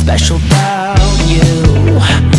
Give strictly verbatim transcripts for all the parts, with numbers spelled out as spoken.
special about you.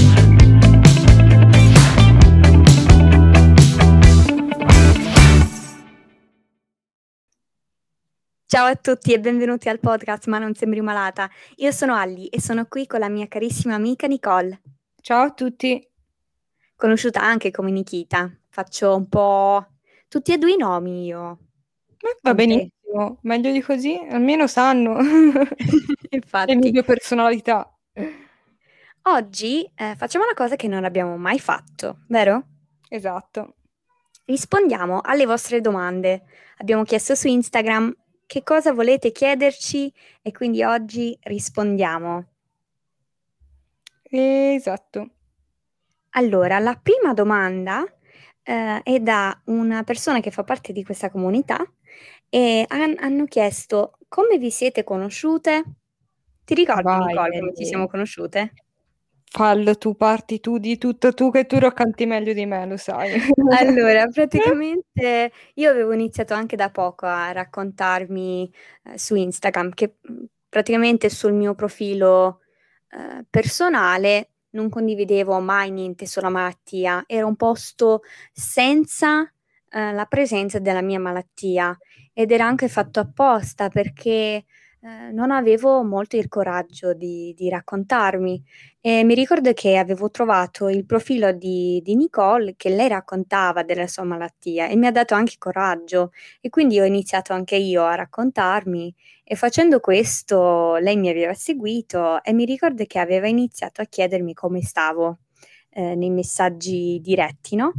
Ciao a tutti e benvenuti al podcast Ma non sembri malata. Io sono Alli e sono qui con la mia carissima amica Nicole, Ciao a tutti. conosciuta anche come Nikita. Faccio un po' tutti e due i nomi io. Eh, va Con te. benissimo, meglio di così, almeno sanno le mie Infatti, due personalità. oggi eh, facciamo una cosa che non abbiamo mai fatto, vero? Esatto. Rispondiamo alle vostre domande. Abbiamo chiesto su Instagram che cosa volete chiederci e quindi oggi rispondiamo. Esatto. Allora, la prima domanda eh, è da una persona che fa parte di questa comunità e han- hanno chiesto come vi siete conosciute? Ti ricordi, Vai, Nicole, come ci siamo Ellie. conosciute? Fallo tu, parti tu di tutto tu, che tu racconti meglio di me, lo sai. Allora, praticamente io avevo iniziato anche da poco a raccontarmi eh, su Instagram, che mh, praticamente sul mio profilo eh, personale non condividevo mai niente sulla malattia, era un posto senza eh, la presenza della mia malattia ed era anche fatto apposta perché eh, non avevo molto il coraggio di, di raccontarmi. E mi ricordo che avevo trovato il profilo di, di Nicole che lei raccontava della sua malattia e mi ha dato anche coraggio e quindi ho iniziato anche io a raccontarmi e facendo questo lei mi aveva seguito e mi ricordo che aveva iniziato a chiedermi come stavo eh, nei messaggi diretti, no?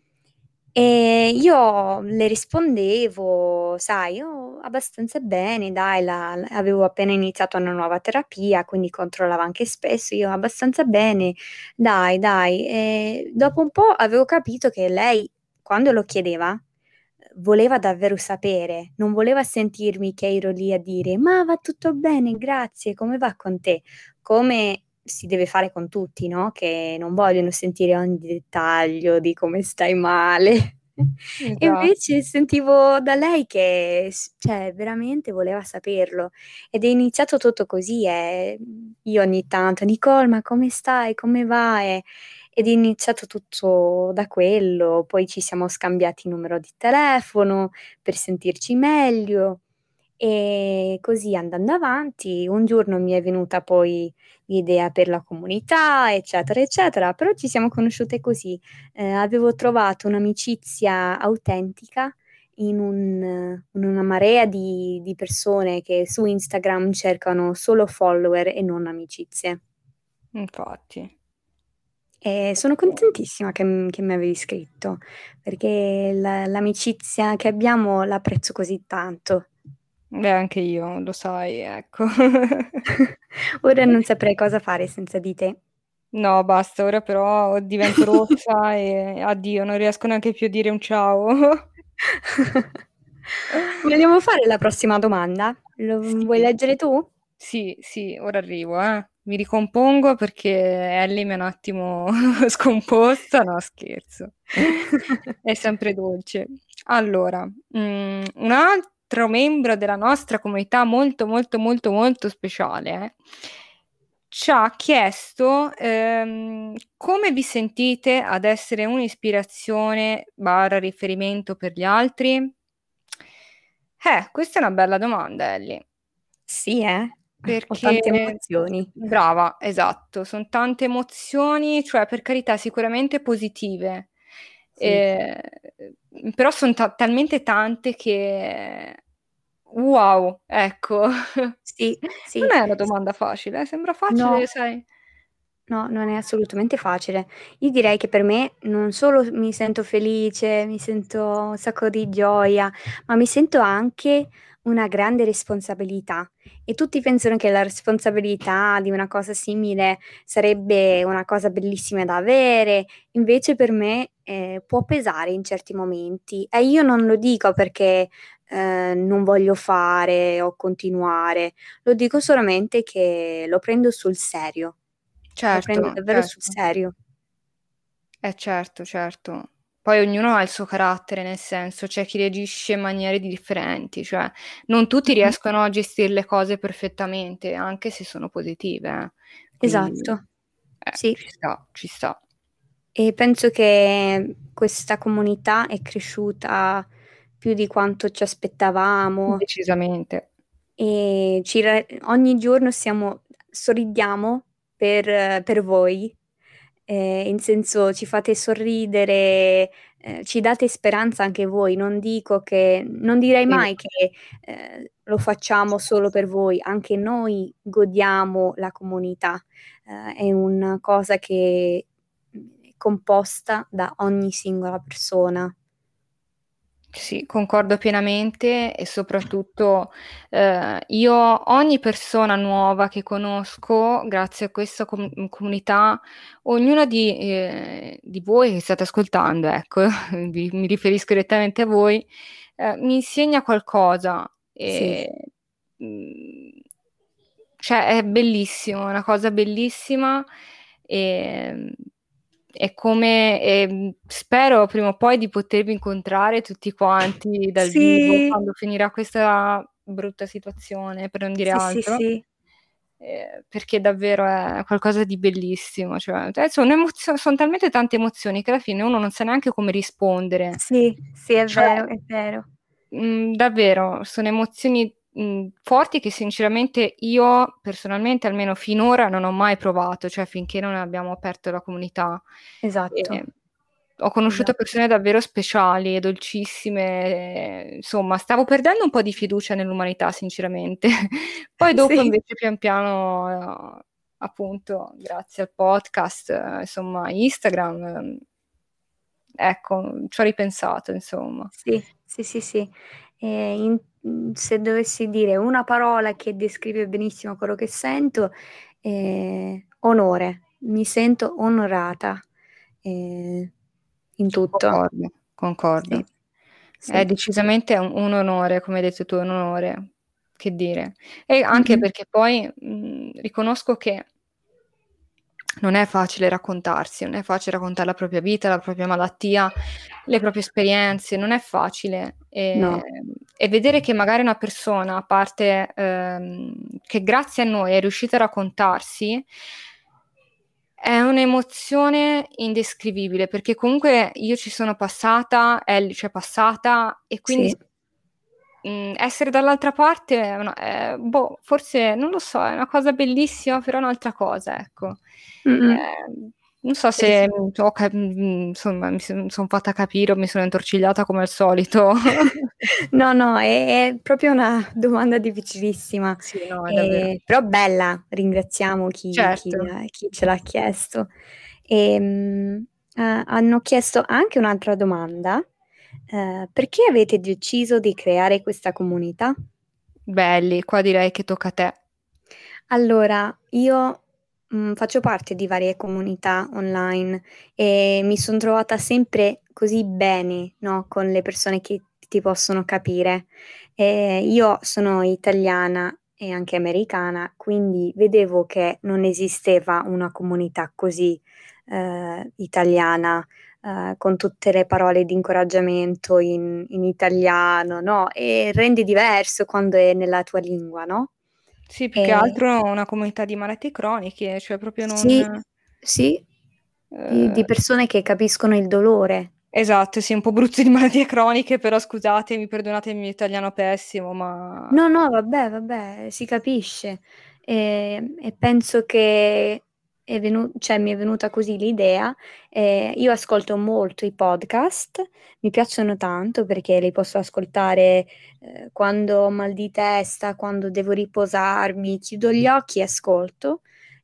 E io le rispondevo, sai, io abbastanza bene, dai, la- la- avevo appena iniziato una nuova terapia, quindi controllavo anche spesso, io abbastanza bene, dai, dai. E dopo un po' avevo capito che lei, quando lo chiedeva, voleva davvero sapere, non voleva sentirmi che ero lì a dire, ma va tutto bene, grazie, come va con te? Come si deve fare con tutti, no? Che non vogliono sentire ogni dettaglio di come stai male. E Esatto. invece sentivo da lei che, s- cioè, veramente voleva saperlo. Ed è iniziato tutto così, e io ogni tanto, Nicole, ma come stai? Come va? E- ed è iniziato tutto da quello, poi ci siamo scambiati il numero di telefono per sentirci meglio. E così andando avanti, un giorno mi è venuta poi l'idea per la comunità, eccetera, eccetera, però ci siamo conosciute così. Eh, avevo trovato un'amicizia autentica in, un- in una marea di, di persone che su Instagram cercano solo follower e non amicizie. Infatti. E sono contentissima che, m- che mi avevi scritto, perché la- l'amicizia che abbiamo l'apprezzo così tanto. Beh, anche io, lo sai, ecco. Ora non saprei cosa fare senza di te. No, basta, ora però divento rossa e addio, non riesco neanche più a dire un ciao. Vogliamo fare la prossima domanda? Lo- vuoi Sì. leggere tu? Sì, sì, ora arrivo, eh. Mi ricompongo perché Ellie mi è un attimo scomposta, no, scherzo. È sempre dolce. Allora, mm, un altro membro della nostra comunità molto, molto, molto, molto speciale, eh, ci ha chiesto ehm, come vi sentite ad essere un'ispirazione barra riferimento per gli altri? Eh, questa è una bella domanda, Ellie. Sì, eh? Ho Perché, tante emozioni. brava, esatto, sono tante emozioni, cioè per carità sicuramente positive, Sì, eh, però sono talmente tante che, wow, ecco, sì, non sì. è una domanda facile, eh, sembra facile, No, sai. no, non è assolutamente facile. Io direi che per me non solo mi sento felice, mi sento un sacco di gioia, ma mi sento anche una grande responsabilità. E tutti pensano che la responsabilità di una cosa simile sarebbe una cosa bellissima da avere, invece per me eh, può pesare in certi momenti. E io non lo dico perché eh, non voglio fare o continuare, lo dico solamente che lo prendo sul serio. Lo prendo Certo, davvero sul certo. serio. Eh certo, certo. poi ognuno ha il suo carattere, nel senso, c'è chi reagisce in maniere differenti, cioè non tutti Mhm. riescono a gestire le cose perfettamente, anche se sono positive, eh. Quindi Esatto, eh, sì. ci sta, ci sta. E penso che questa comunità è cresciuta più di quanto ci aspettavamo Decisamente. e ci ra- ogni giorno siamo, sorridiamo per, per voi, eh, in senso ci fate sorridere, eh, ci date speranza anche voi. Non dico che, non direi Sì. mai che eh, lo facciamo solo per voi, anche noi godiamo la comunità. Eh, è una cosa che è composta da ogni singola persona. Sì, concordo pienamente e soprattutto eh, io ogni persona nuova che conosco, grazie a questa com- comunità, ognuna di, eh, di voi che state ascoltando, ecco, vi- mi riferisco direttamente a voi, eh, mi insegna qualcosa. Sì, E, mm, cioè è bellissimo, è una cosa bellissima e è come e spero prima o poi di potervi incontrare tutti quanti dal vivo sì, quando finirà questa brutta situazione, per non dire sì, sì, altro. sì, Eh, perché davvero è qualcosa di bellissimo, cioè, adesso un'emozio- sono talmente tante emozioni che alla fine uno non sa neanche come rispondere. sì, sì, è Cioè, vero, è vero. mh, davvero, sono emozioni mh, forti che sinceramente io personalmente, almeno finora, non ho mai provato, cioè finché non abbiamo aperto la comunità. Esatto, E ho conosciuto esatto. persone davvero speciali e dolcissime, eh, insomma, stavo perdendo un po' di fiducia nell'umanità, sinceramente. Poi dopo Sì, invece pian piano, eh, appunto, grazie al podcast, eh, insomma, Instagram, ehm, ecco, ci ho ripensato, insomma. sì, sì, sì, sì. E in- se dovessi dire una parola che descrive benissimo quello che sento, è onore. Mi sento onorata, eh, in tutto. Concordo, concordo. Sì, È sì. decisamente un, un onore, come hai detto tu, è un onore, che dire. E anche Mm-mm. perché poi mh, riconosco che non è facile raccontarsi, non è facile raccontare la propria vita, la propria malattia, le proprie esperienze, non è facile. E, No, e vedere che magari una persona, a parte ehm, che grazie a noi è riuscita a raccontarsi, è un'emozione indescrivibile, perché comunque io ci sono passata, Ellie ci è passata, e quindi sì. mh, essere dall'altra parte è una- è, boh, forse, non lo so, è una cosa bellissima, però è un'altra cosa, ecco. Mm-mm. Eh, non so Sì, se sì. mh, ho cap- mh, insomma, mi sono fatta capire o mi sono intorcigliata come al solito. No, no, è, è proprio una domanda difficilissima, Sì, no, è davvero. eh, però bella. Ringraziamo chi, chi- Certo. chi ce l'ha chiesto. Ehm, eh, hanno chiesto anche un'altra domanda. Eh, perché avete deciso di creare questa comunità? Belli, qua direi che tocca a te. Allora, io mh, faccio parte di varie comunità online e mi sono trovata sempre così bene, no, con le persone che ti possono capire. Eh, io sono italiana e anche americana, quindi vedevo che non esisteva una comunità così eh, italiana, eh, con tutte le parole di incoraggiamento in, in italiano, no? E rende diverso quando è nella tua lingua, no? Sì, più che E altro una comunità di malattie croniche, cioè proprio sì, non... sì, di, eh, di persone che capiscono il dolore. esatto, sì, un po' bruzzi di malattie croniche, però scusatemi, perdonatemi il mio italiano pessimo, ma No, no, vabbè, vabbè, si capisce. E, e penso che è venu- cioè, mi è venuta così l'idea. Eh, io ascolto molto i podcast, mi piacciono tanto perché li posso ascoltare eh, quando ho mal di testa, quando devo riposarmi, chiudo gli occhi e ascolto.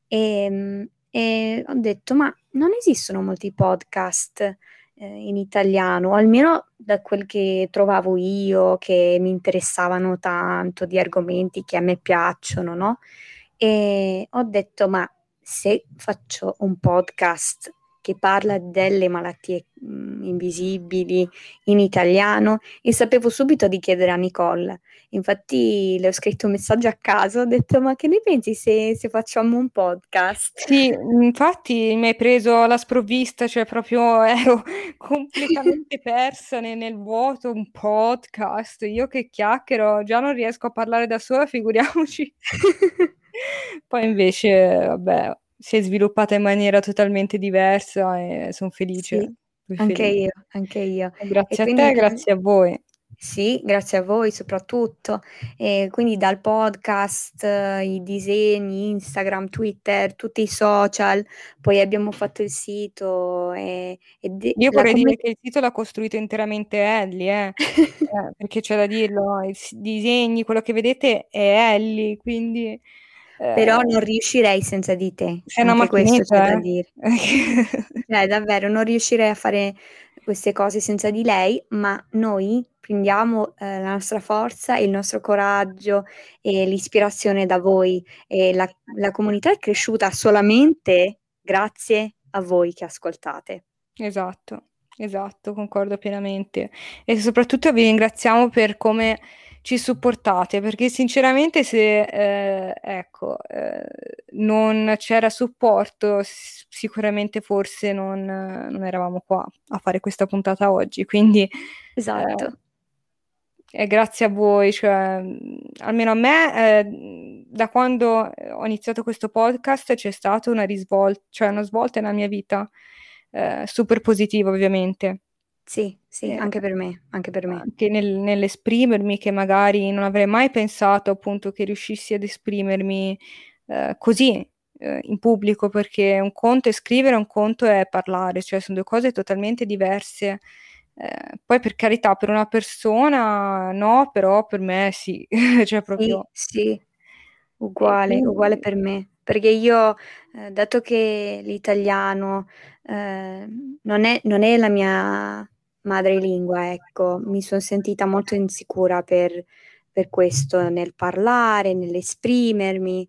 E, e ho detto, ma non esistono molti podcast eh, in italiano, o almeno da quel che trovavo io, che mi interessavano tanto, di argomenti che a me piacciono, no? E ho detto, ma se faccio un podcast che parla delle malattie mh, invisibili in italiano e sapevo subito di chiedere a Nicole. Infatti le ho scritto un messaggio a caso, ho detto ma che ne pensi se, se facciamo un podcast? Sì, infatti mi hai preso alla sprovvista, cioè proprio ero completamente persa ne- nel vuoto, un podcast, io che chiacchiero, già non riesco a parlare da sola, figuriamoci. Poi invece, vabbè, si è sviluppata in maniera totalmente diversa e sono felice, Sì, sono anche felice. io, anche io. E E grazie a quindi te, dal- grazie a voi. sì, grazie a voi soprattutto. E quindi dal podcast, eh, i disegni, Instagram, Twitter, tutti i social, poi abbiamo fatto il sito e, e de- Io la vorrei dire comunità. che il sito l'ha costruito interamente Ellie, eh. Eh, perché c'è da dirlo, i s- disegni, quello che vedete è Ellie, quindi Però eh, non riuscirei senza di te, sei una anche questo c'è macchinetta, da eh. dire. Cioè, davvero, non riuscirei a fare queste cose senza di lei, ma noi prendiamo eh, la nostra forza, il nostro coraggio e l'ispirazione da voi e la, la comunità è cresciuta solamente grazie a voi che ascoltate. Esatto, esatto, concordo pienamente. E soprattutto vi ringraziamo per come ci supportate, perché sinceramente se eh, ecco, eh, non c'era supporto, s- sicuramente forse non, non eravamo qua a fare questa puntata oggi. Quindi eh, Esatto. è grazie a voi, cioè, mh, almeno a me, eh, da quando eh, ho iniziato questo podcast c'è stata una risvolta, cioè una svolta nella mia vita, eh, super positiva ovviamente. Sì, sì, Eh, anche per me, anche per me. anche nel- nell'esprimermi, che magari non avrei mai pensato appunto che riuscissi ad esprimermi eh, così eh, in pubblico, perché un conto è scrivere, un conto è parlare, cioè sono due cose totalmente diverse. Eh, poi per carità, per una persona no, però per me sì, cioè Sì, proprio... sì, E uguale, uguale quindi per me, perché io, eh, dato che l'italiano eh, non è, non è la mia madrelingua, ecco, mi sono sentita molto insicura per, per questo, nel parlare, nell'esprimermi.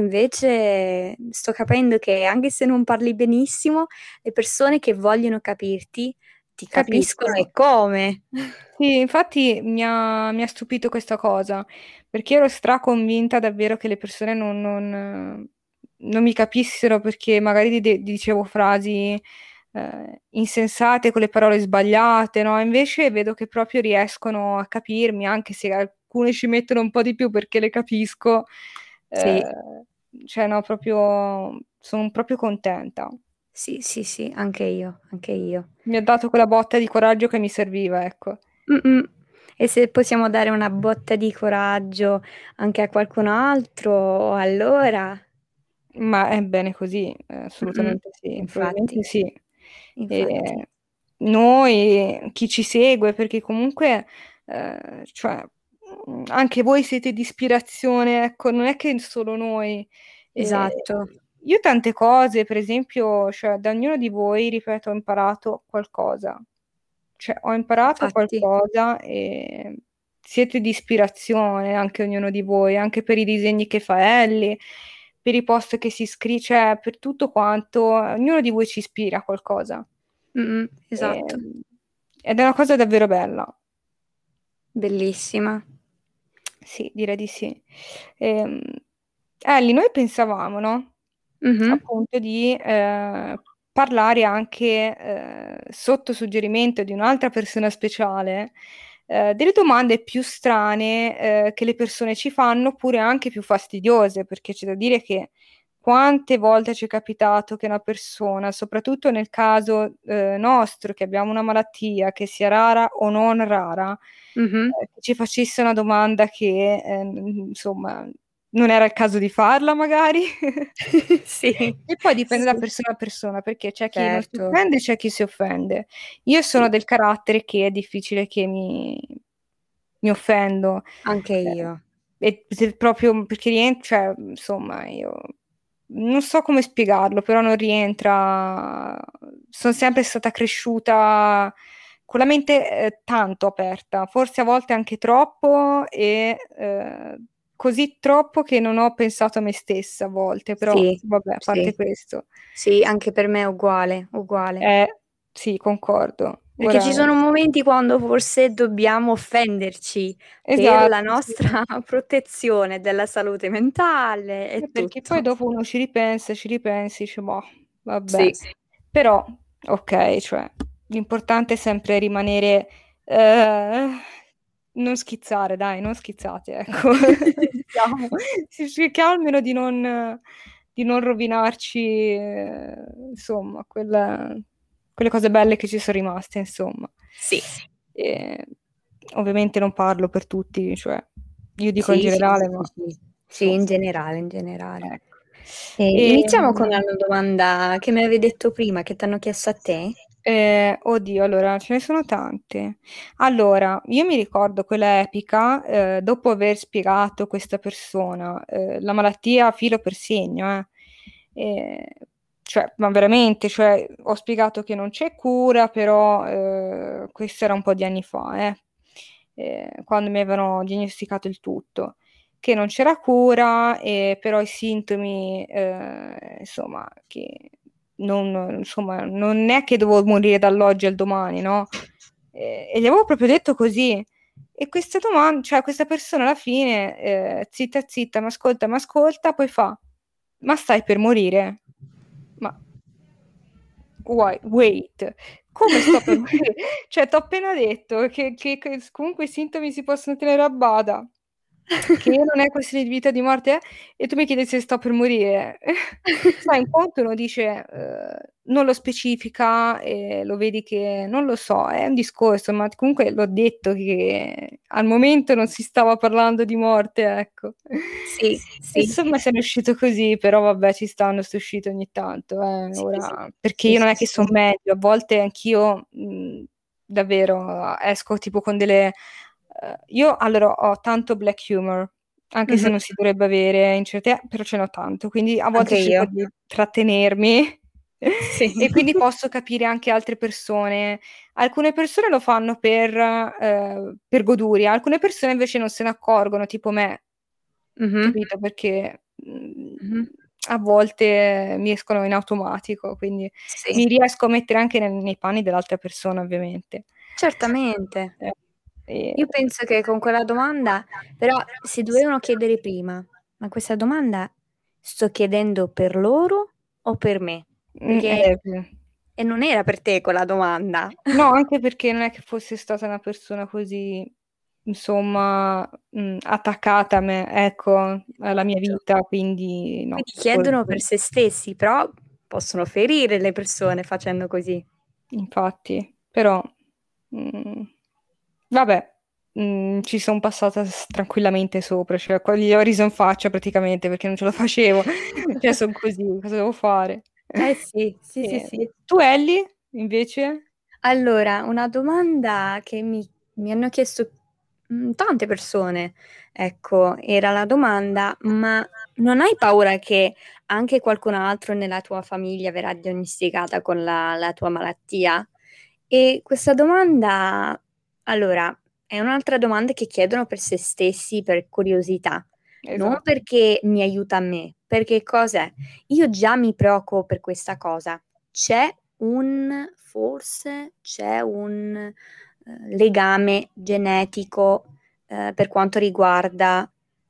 Invece sto capendo che anche se non parli benissimo, le persone che vogliono capirti ti capiscono capiscono. e come. Sì, infatti mi ha, mi ha stupito questa cosa, perché ero straconvinta davvero che le persone non, non, non mi capissero perché magari di- dicevo frasi eh, insensate con le parole sbagliate, no? Invece vedo che proprio riescono a capirmi, anche se alcune ci mettono un po' di più perché le capisco. Sì. Eh, cioè, no, proprio, sono proprio contenta. Sì, sì, sì, anche io, anche io. Mi ha dato quella botta di coraggio che mi serviva, ecco. Mm-mm. E se possiamo dare una botta di coraggio anche a qualcun altro, allora, Ma è bene così, eh, Mm-mm. assolutamente sì, probabilmente Infatti, sì. infatti, E noi, chi ci segue, perché comunque, eh, cioè, mh, anche voi siete di ispirazione, ecco, non è che solo noi. E esatto, io tante cose, per esempio, cioè, da ognuno di voi, ripeto, ho imparato qualcosa. Cioè, ho imparato infatti. qualcosa e siete di ispirazione anche ognuno di voi, anche per i disegni che fa Ellie, per i post che si scrive, cioè per tutto quanto, ognuno di voi ci ispira a qualcosa. Mm-mm. E- Esatto, ed è una cosa davvero bella. bellissima. Sì, direi di sì. Ehm, Ellie, noi pensavamo, no? Mhm. Appunto di eh, parlare anche eh, sotto suggerimento di un'altra persona speciale eh, delle domande più strane eh, che le persone ci fanno, oppure anche più fastidiose, perché c'è da dire che quante volte ci è capitato che una persona, soprattutto nel caso eh, nostro, che abbiamo una malattia, che sia rara o non rara, Mhm. eh, che ci facesse una domanda che, eh, insomma, non era il caso di farla, magari. Sì, E poi dipende da sì, persona a persona, perché c'è chi non si certo, offende e c'è chi si offende. Io sono sì, del carattere che è difficile che mi, mi offendo. anche Eh, io. e se proprio perché rientra, cioè, insomma, io non so come spiegarlo, però non rientra. Sono sempre stata cresciuta con la mente eh, tanto aperta, forse a volte anche troppo, e eh, così troppo che non ho pensato a me stessa a volte, però Sì, vabbè, a parte sì, questo. sì, anche per me è uguale, uguale. Eh, sì, concordo. Perché Ora, ci sono momenti quando forse dobbiamo offenderci per la esatto, sì. nostra protezione della salute mentale Eh, e Perché poi tutto. dopo uno ci ripensa, ci ripensi, dice, boh, vabbè. Sì, Però, ok, cioè, l'importante è sempre rimanere, eh, non schizzare, dai, non schizzate, ecco. Cerchiamo, sì, cerchiamo almeno di non, di non rovinarci, eh, insomma, quella- quelle cose belle che ci sono rimaste, insomma. sì, E, ovviamente non parlo per tutti, cioè, io dico in sì, sì, sì, generale, sì, ma sì. Sì, in insomma, generale, in generale. ecco. E E, iniziamo con una domanda che mi avevi detto prima, che ti hanno chiesto a te. Eh, oddio, allora ce ne sono tante. Allora, io mi ricordo quella epica, eh, dopo aver spiegato a questa persona eh, la malattia filo per segno, eh. Eh, cioè, ma veramente, cioè, ho spiegato che non c'è cura, però eh, questo era un po' di anni fa, eh, eh, quando mi avevano diagnosticato il tutto, che non c'era cura, e però i sintomi, eh, insomma, che non, insomma, non è che dovevo morire dall'oggi al domani, no? E, e gli avevo proprio detto così. E questa domanda, cioè questa persona alla fine, eh, zitta zitta, mi ascolta, mi ascolta, poi fa, ma stai per morire? Ma why- wait, come sto per morire? Cioè, ti ho appena detto che, che- che comunque i sintomi si possono tenere a bada, che non è questione di vita o di morte, eh, e tu mi chiedi se sto per morire. Sai, un conto uno dice, eh, non lo specifica e lo vedi che, non lo so, è un discorso, ma comunque l'ho detto che al momento non si stava parlando di morte, ecco. Sì, sì, Insomma, se ne è uscito così, però vabbè, ci stanno, sto uscito ogni tanto, eh, sì, ora, perché sì, io non sì, è che sì. sono meglio, a volte anch'io, mh, davvero, esco tipo con delle... eh, io allora ho tanto black humor, anche se Mhm. non si dovrebbe avere in certe, però ce n'ho tanto, quindi a volte Anche cerco io. di trattenermi Sì. e quindi posso capire anche altre persone. Alcune persone lo fanno per, eh, per goduria, alcune persone invece non se ne accorgono, tipo me, Mhm, capito? Perché mh, mhm. a volte mi escono in automatico, quindi Sì, mi riesco a mettere anche nel- nei panni dell'altra persona, ovviamente. certamente. Eh, e- Io penso che con quella domanda, però si dovevano chiedere prima, ma questa domanda sto chiedendo per loro o per me? mm, Perché eh, e non era per te quella domanda. no, anche perché non è che fosse stata una persona così, insomma, mh, attaccata a me, ecco, alla mia Esatto. vita, quindi Poi no, ti solo chiedono per se stessi, però possono ferire le persone facendo così. infatti, però, mh, vabbè, mh, ci sono passata s- tranquillamente sopra, cioè qua gli ho riso in faccia praticamente perché non ce la facevo, cioè sono così, cosa devo fare? Eh sì, sì, sì, E, sì. tu Ellie, invece? Allora, una domanda che mi, mi hanno chiesto mm, tante persone, ecco, era la domanda, ma non hai paura che anche qualcun altro nella tua famiglia verrà diagnosticata con la, la tua malattia? E questa domanda, allora, è un'altra domanda che chiedono per se stessi, per curiosità, non Esatto. perché mi aiuta a me, perché cos'è? Io già mi preoccupo per questa cosa. C'è un, forse c'è un eh, legame genetico eh, per quanto riguarda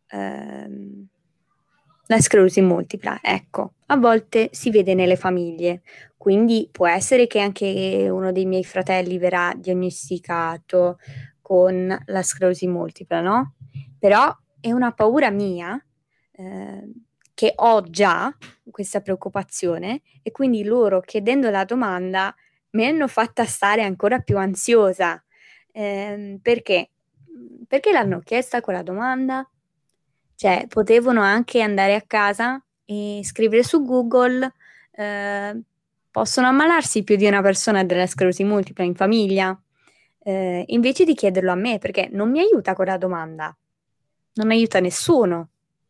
ehm, la sclerosi multipla. Ecco, a volte si vede nelle famiglie, quindi può essere che anche uno dei miei fratelli verrà diagnosticato con la sclerosi multipla, no? Però è una paura mia eh, che ho già questa preoccupazione e quindi loro chiedendo la domanda mi hanno fatta stare ancora più ansiosa. Ehm, perché? Perché l'hanno chiesta quella domanda? Cioè, potevano anche andare a casa e scrivere su Google, eh, possono ammalarsi più di una persona della sclerosi multipla in famiglia? Eh, invece di chiederlo a me, perché non mi aiuta quella domanda, non aiuta nessuno.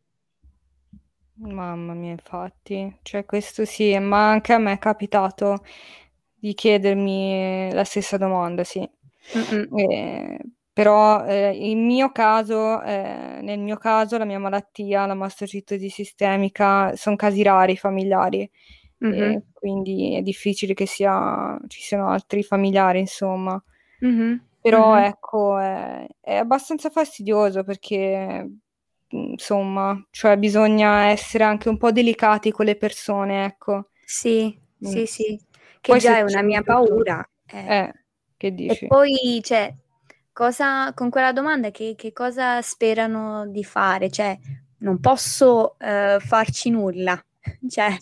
Mamma mia, infatti, cioè questo sì, ma anche a me è capitato di chiedermi la stessa domanda, sì. Mm-mm. E- Però eh, in mio caso, eh, nel mio caso, la mia malattia, la mastocitosi sistemica, sono casi rari familiari, Mhm, e quindi è difficile che sia, ci siano altri familiari, insomma. mhm, Però mhm. ecco, è, è abbastanza fastidioso perché, insomma, cioè bisogna essere anche un po' delicati con le persone, ecco. Sì, Mm. sì, sì, che Poi già se è una succede mia tutto, paura. eh. eh, che E dici? poi, cioè, cosa, con quella domanda che, che cosa sperano di fare? Cioè, non posso eh, farci nulla. Cioè,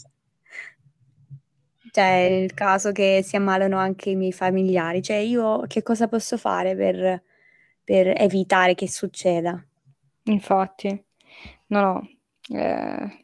cioè, nel caso che si ammalano anche i miei familiari, cioè, io che cosa posso fare per, per evitare che succeda? Infatti, no, no. Eh,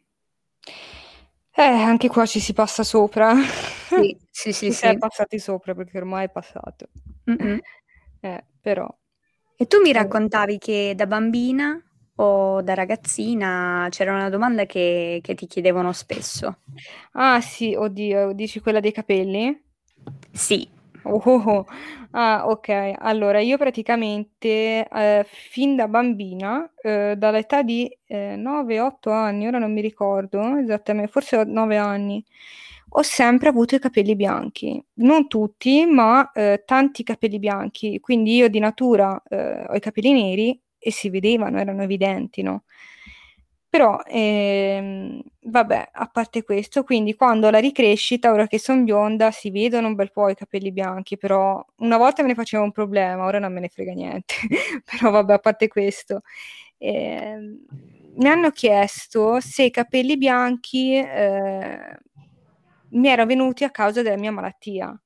eh, anche qua ci si passa sopra. Sì, sì, sì, Ci si è sì. passati sopra perché ormai è passato. Mm-mm. Eh, però. E tu mi eh, raccontavi che da bambina o da ragazzina c'era una domanda che, che ti chiedevano spesso. Ah sì, oddio, dici quella dei capelli? Sì. Oh, oh, oh. Ah, ok. Allora, io praticamente eh, fin da bambina, eh, dall'età di eh, nove otto anni, ora non mi ricordo esattamente, forse ho nove anni, ho sempre avuto i capelli bianchi. Non tutti, ma eh, tanti capelli bianchi. Quindi io di natura eh, ho i capelli neri e si vedevano, erano evidenti, no? Però, ehm, vabbè, a parte questo, quindi quando la ricrescita, ora che sono bionda, si vedono un bel po' i capelli bianchi, però una volta me ne faceva un problema, ora non me ne frega niente. Però vabbè, a parte questo, ehm, mi hanno chiesto se i capelli bianchi eh, mi erano venuti a causa della mia malattia.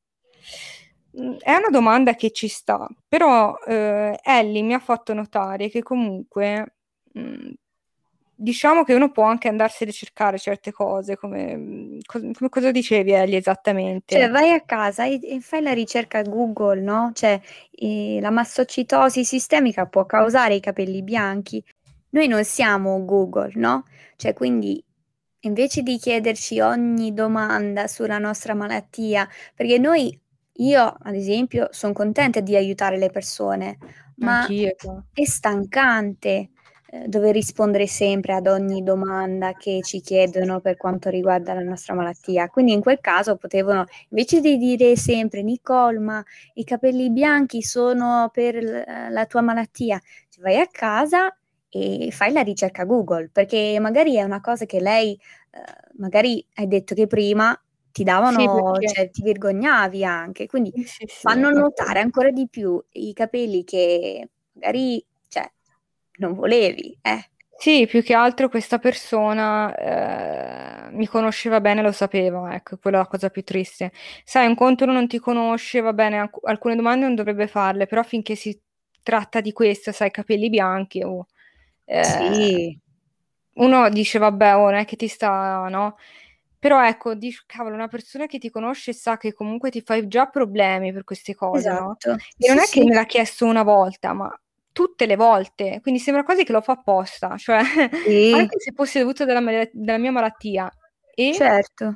Mm, È una domanda che ci sta, però eh, Ellie mi ha fatto notare che comunque mm, diciamo che uno può anche andarsi a ricercare certe cose, come, mm, cos- come cosa dicevi Ellie Cioè, esattamente? vai a casa e, e fai la ricerca a Google, no? Cioè, eh, la mastocitosi sistemica può causare i capelli bianchi. Noi non siamo Google, no? Cioè, quindi invece di chiederci ogni domanda sulla nostra malattia, perché noi, io ad esempio, sono contenta di aiutare le persone, ma Anch'io. Qua. è stancante eh, dover rispondere sempre ad ogni domanda che ci chiedono per quanto riguarda la nostra malattia. Quindi in quel caso potevano, invece di dire sempre, Nicole, ma i capelli bianchi sono per l- la tua malattia, cioè, vai a casa e fai la ricerca Google, perché magari è una cosa che lei, eh, magari hai detto che prima ti Sì, davano, perché cioè ti vergognavi anche, quindi sì, sì, sì, fanno notare appunto. ancora di più i capelli che magari, cioè, non volevi, eh. Sì, più che altro questa persona eh, mi conosceva bene, lo sapeva, ecco, quella è la cosa più triste. Sai, un conto uno non ti conosce, va bene, alc- alcune domande non dovrebbe farle, però finché si tratta di questo, sai, capelli bianchi, o eh, Sì, uno dice, vabbè, oh, non è che ti sta, no? Però ecco, dici, cavolo, una persona che ti conosce sa che comunque ti fai già problemi per queste cose, no? esatto. E non Sì, è che sì, me l'ha chiesto una volta, ma tutte le volte, quindi sembra quasi che lo fa apposta, cioè sì, anche se fosse dovuto dalla, mala- dalla mia malattia. E, certo,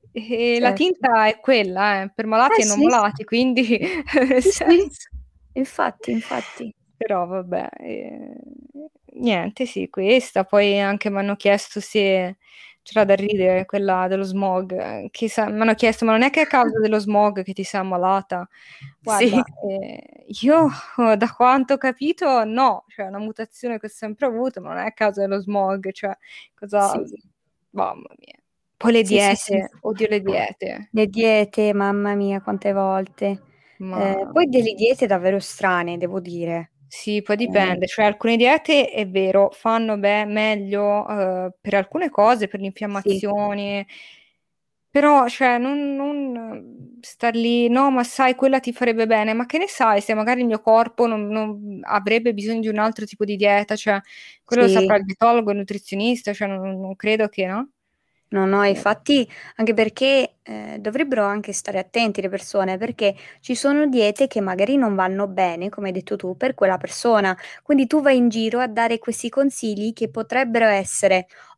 e la certo. tinta è quella, eh, per malati Eh e non sì, malati, quindi nel sì, sì, senso. infatti, infatti. Però vabbè, eh, niente, sì, questa. Poi anche mi hanno chiesto se c'era da ridere quella dello smog. eh, Che sa- mi hanno chiesto, ma non è che è a causa dello smog che ti sei ammalata? Sì, Guarda, eh, io da quanto ho capito, no, cioè è una mutazione che ho sempre avuto, ma non è a causa dello smog, cioè cosa. sì, Mamma mia. Poi le sì, sì, sì. diete, odio le diete, Le diete, mamma mia, quante volte. Eh, ma poi delle diete davvero strane, devo dire. sì, poi Eh, dipende, cioè alcune diete è vero, fanno beh, meglio eh, per alcune cose, per le sì, infiammazioni, però cioè non, non star lì, no, ma sai, quella ti farebbe bene, ma che ne sai se magari il mio corpo non, non avrebbe bisogno di un altro tipo di dieta, cioè quello lo sì. saprà il dietologo, il nutrizionista, cioè non, non credo che, no? No, no, Eh, infatti, anche perché eh, dovrebbero anche stare attenti le persone, perché ci sono diete che magari non vanno bene, come hai detto tu, per quella persona. Quindi tu vai in giro a dare questi consigli che potrebbero essere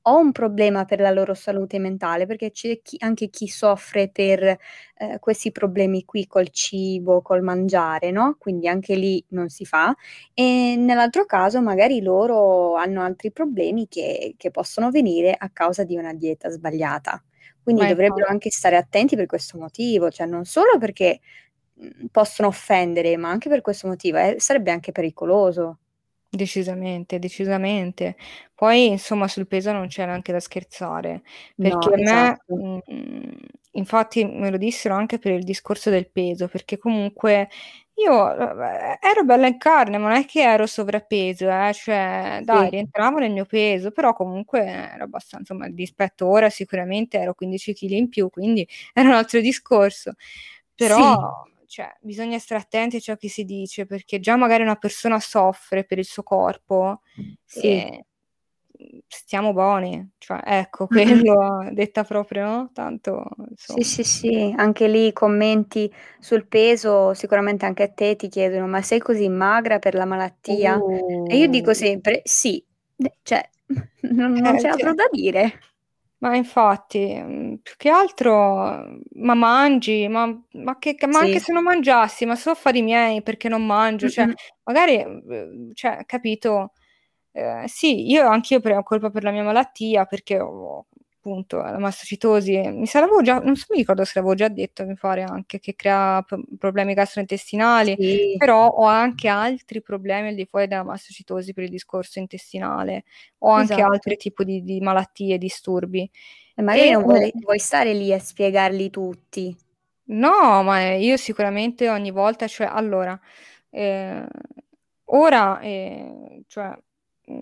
ho un problema per la loro salute mentale, perché c'è chi anche chi soffre per, ehm, questi problemi qui col cibo, col mangiare, no, quindi anche lì non si fa. E nell'altro caso magari loro hanno altri problemi che che possono venire a causa di una dieta sbagliata. Quindi Ma infa dovrebbero anche stare attenti per questo motivo, cioè non solo perché, mhmm, possono offendere, ma anche per questo motivo, eh, sarebbe anche pericoloso. Decisamente, decisamente. Poi insomma sul peso non c'è neanche da scherzare, perché No, a me esatto. mhmm, infatti me lo dissero anche per il discorso del peso, perché comunque io, uhm, e ero bella in carne, ma non è che ero sovrappeso, eh, cioè dai, Sì. rientravo nel mio peso, però comunque ero abbastanza mal dispetto ora sicuramente ero quindici chili in più, quindi era un altro discorso. Sì. Però, cioè, bisogna stare attenti a ciò che si dice, perché già magari una persona soffre per il suo corpo, Sì. e, mhmm, stiamo buoni, cioè ecco Mh-mh. quello detta proprio, no, tanto Sì, insomma. sì, sì, anche lì commenti sul peso, sicuramente anche a te ti chiedono: "Ma sei così magra per la malattia?" E io dico Uh. sempre: "Sì." D cioè non non Eh, c'è altro cioè da dire. Ma infatti, mhmm, più che altro, ma mangi, ma ma che che ma anche Sì. se non mangiassi, ma so affari miei perché non mangio, cioè Mh-mh. magari, uhm, cioè capito, ehm, sì, io anch'io prendo colpa per la mia malattia perché ho appunto la mastocitosi, mi sa l'avevo già non so mi ricordo se l'avevo già detto, mi pare anche, che crea p problemi gastrointestinali, Sì. però ho anche altri problemi al di fuori della mastocitosi per il discorso intestinale. Ho anche Esatto. altri tipo di di malattie, disturbi. E magari E non vuole vuoi stare lì a spiegarli tutti. No, ma, ehm, io sicuramente ogni volta cioè allora, ehm, ora, ehm, cioè, mhmm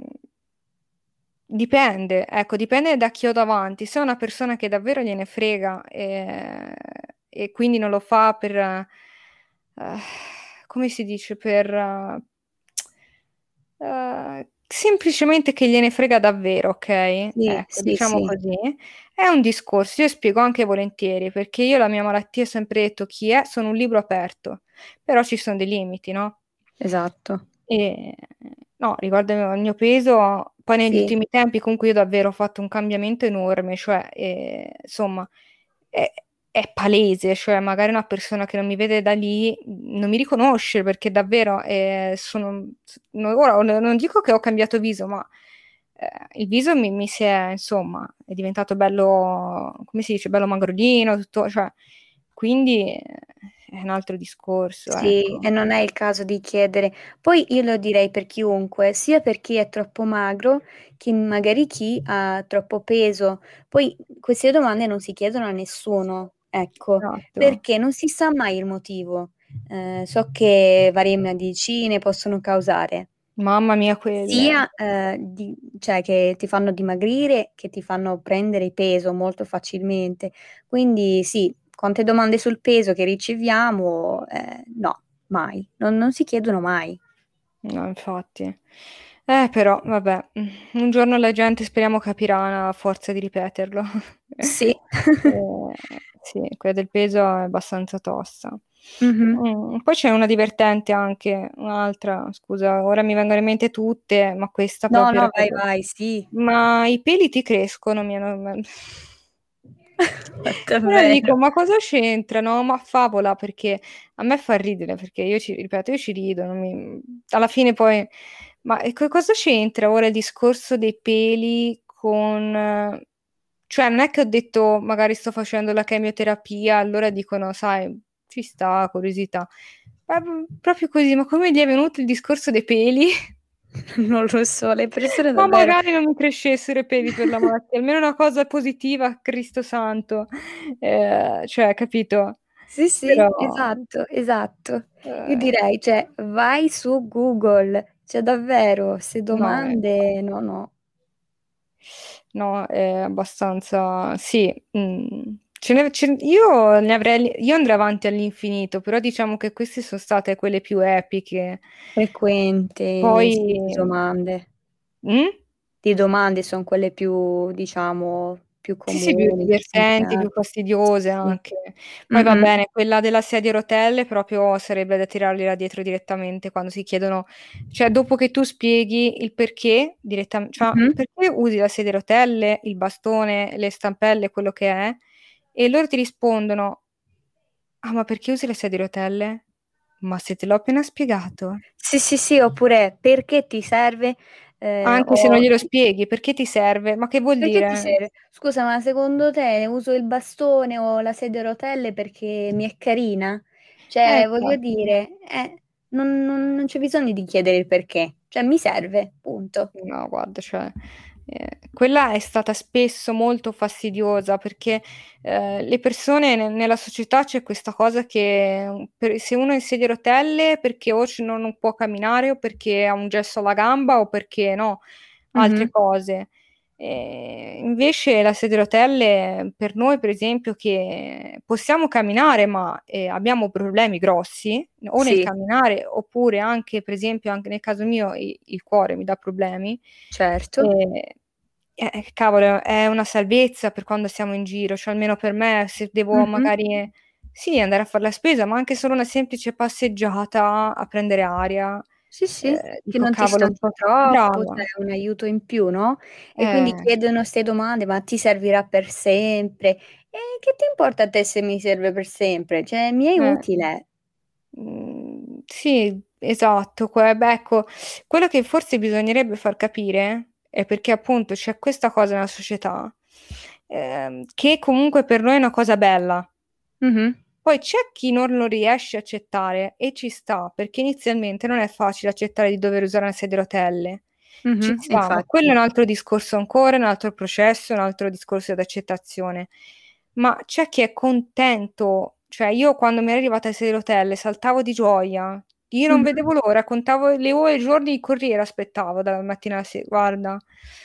dipende, ecco, dipende da chi ho davanti. Se è una persona che davvero gliene frega, ehm, e quindi non lo fa per uhm, come si dice, per uhm, semplicemente che gliene frega davvero, okay, Sì, ecco, sì, diciamo sì. così, è un discorso. Io spiego anche volentieri, perché io la mia malattia ho sempre detto: "Chi è sono un libro aperto", però ci son dei limiti, no? Esatto. Ehm, no, riguardo al mio peso, poi negli Sì. ultimi tempi comunque io davvero ho fatto un cambiamento enorme, cioè, ehm, somma è è palese, cioè magari una persona che non mi vede da lì, mhmm, non mi riconosce perché davvero, ehm, sono s no ora no non dico che ho cambiato viso, ma, ehm, il viso mi mi si è insomma, è diventato bello come si dice, bello magrolino, tutto cioè quindi, ehm, è un altro discorso, Sì, ecco. e non è il caso di chiedere. Poi io lo direi per chiunque, sia per chi è troppo magro, che magari chi ha troppo peso. Poi queste domande non si chiedono a nessuno, ecco, Esatto. perché non si sa mai il motivo. Ehm, so che varie medicine possono causare Mamma mia quelle. sia, ehm, di cioè che ti fanno dimagrire, che ti fanno prendere peso molto facilmente. Quindi sì, quante domande sul peso che riceviamo, ehm, no, mai. Non non si chiedono mai. No, infatti. Eh, però vabbè, mhmm, un giorno la gente speriamo capirà a forza di ripeterlo. Sì. Ehm, sì, quella del peso è abbastanza tosta. Mh-mh. Mhmm, poi c'è una divertente anche, un'altra, scusa, ora mi vengono in mente tutte, ma questa No, proprio no, era vai, proprio vai, sì. ma i peli ti crescono? Mi hanno m Ma Allora dico: davvero? "Ma cosa c'entrano?" Ma favola, perché a me fa ridere, perché io ci ripeto, io ci rido, non mi mhmm, alla fine poi ma e co cosa c'entra ora il discorso dei peli con cioè non è che ho detto: "Magari sto facendo la chemioterapia, allora dicono sai, ci sta, curiosità." Ma, mhmm, proprio così, ma come gli è venuto il discorso dei peli? Non lo so, le persone Ma davvero magari non mi crescessero i peli per la malattia, almeno una cosa positiva, Cristo santo. Ehm, cioè capito? Sì, sì, Però esatto, esatto. Io Ehm direi, cioè, vai su Google, cioè davvero, 'ste No, eh, domande infatti. no, no. No, è abbastanza sì, mhmm, ce ne ce io ne avrei io andrei avanti all'infinito, però diciamo che queste son state quelle più epiche. Frequente, sì, di Poi domande. Mh? Di domande son quelle più, diciamo più Sì, sì, più comuni, più divertenti, più sensate. fastidiose Sì. anche. Poi va Mh-mh. bene, quella della sedia a rotelle proprio sarebbe da tirarli da dietro direttamente quando si chiedono cioè dopo che tu spieghi il perché direttam cioè Mh-mh. perché usi la sedia a rotelle, il bastone, le stampelle, quello che è, e loro ti rispondono: "Ah, ma perché usi la sedia a rotelle? Ma se te l'ho appena spiegato." Sì, sì, sì, oppure: "Perché ti serve?" Ehm, Anche se non o glielo spieghi: "Perché ti serve?" Ma che vuol "Perché ti dire? serve? Scusa, ma secondo te uso il bastone o la sedia a rotelle perché mi è carina?" Eh, Cioè, voglio esatto. dire, eh, non non non c'è bisogno di chiedere il perché. Cioè, mi serve, punto. No, guarda, cioè, ehm, quella è stata spesso molto fastidiosa perché, ehm, le persone ne nella società c'è questa cosa che, mhmm, per se uno è in sedia a rotelle perché o c no non può camminare o perché ha un gesso alla gamba o perché, no, altre Mh-mh. cose. Ehm, invece la sedia a rotelle per noi, per esempio, che possiamo camminare ma, ehm, abbiamo problemi grossi, o nel Sì, camminare oppure anche per esempio, anche nel caso mio, i il cuore mi dà problemi, certo. ehm, eh, eh, cavolo, è una salvezza per quando siamo in giro, cioè almeno per me se devo Mh-mh. magari sì, andare a far la spesa, ma anche solo una semplice passeggiata a prendere aria, Sì, sì, ehm, che dico: non ti "Cavolo, un stanchi po' troppo, brava." c'è un aiuto in più, no, e quindi Eh. chiedono 'ste domande: "Ma ti servirà per sempre?" E che ti importa a te se mi serve per sempre? Cioè, mi è Eh. utile. Mhmm, sì, esatto. Que beh, ecco, quello che forse bisognerebbe far capire è perché appunto c'è questa cosa nella società, ehm, che comunque per noi è una cosa bella. Mh-mh. Poi c'è chi non lo riesce a accettare e ci sta, perché inizialmente non è facile accettare di dover usare una sedia a rotelle. Ci Mh-mh. sta, ma quello è Infatti. un altro discorso ancora, un altro processo, un altro discorso d'accettazione. Ma c'è chi è contento, cioè io quando mi era arrivata la sedia a rotelle saltavo di gioia. Io non Mh-mh. vedevo l'ora, contavo le ore e i giorni di corriera aspettavo dalla mattina alla se guarda,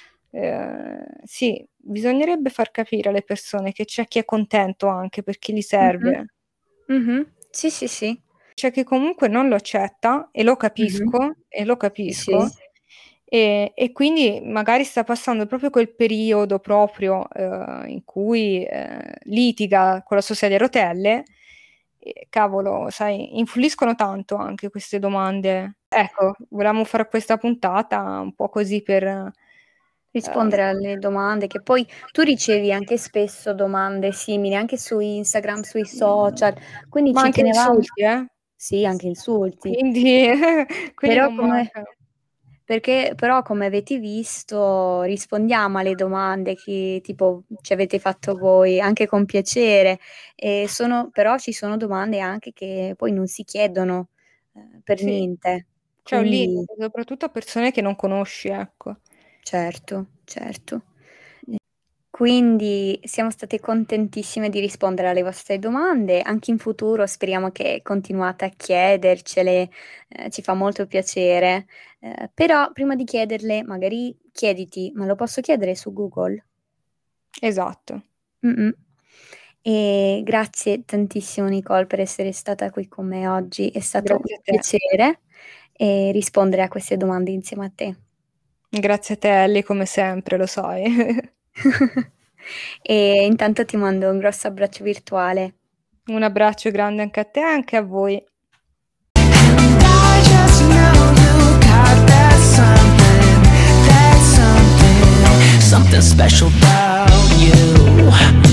ehm, sì, bisognerebbe far capire alle persone che c'è chi è contento anche perché gli Mh-mh. serve. Mh-mh. Sì, sì, sì. C'è chi comunque non lo accetta e lo Mh-mh. capisco, e lo Sì, sì. capisco, ehm, e quindi magari sta passando proprio quel periodo proprio, uhm, in cui, ehm, litiga con la sua sedia a rotelle e cavolo, sai, influiscono tanto anche queste domande. Ecco, volevamo fare questa puntata un po' così per, ehm Rispondere alle domande che poi tu ricevi anche spesso domande simili, anche su Instagram, sui social, quindi ma ci anche tenevamo insulti, eh. sì, anche insulti. Quindi quelli Però non come mancano. perché però come avete visto rispondiamo alle domande che tipo ci avete fatto voi, anche con piacere. E sono però ci sono domande anche che poi non si chiedono, ehm, per Sì, niente. c'è un Quindi limite, soprattutto a persone che non conosci, ecco. certo, certo. Quindi siamo state contentissime di rispondere alle vostre domande. Anche in futuro speriamo che continuate a chiedercele, ehm, ci fa molto piacere. Ehm, però prima di chiederle magari chiediti: "Ma lo posso chiedere su Google?" Esatto. Mh-mh. E grazie tantissimo Nicole per essere stata qui con me oggi. È stato un Grazie a te. piacere, ehm, rispondere a queste domande insieme a te. Grazie a te Ellie come sempre, lo sai. E intanto ti mando un grosso abbraccio virtuale. Un abbraccio grande anche a te e anche a voi. I just know you got that something, that something, something special about you.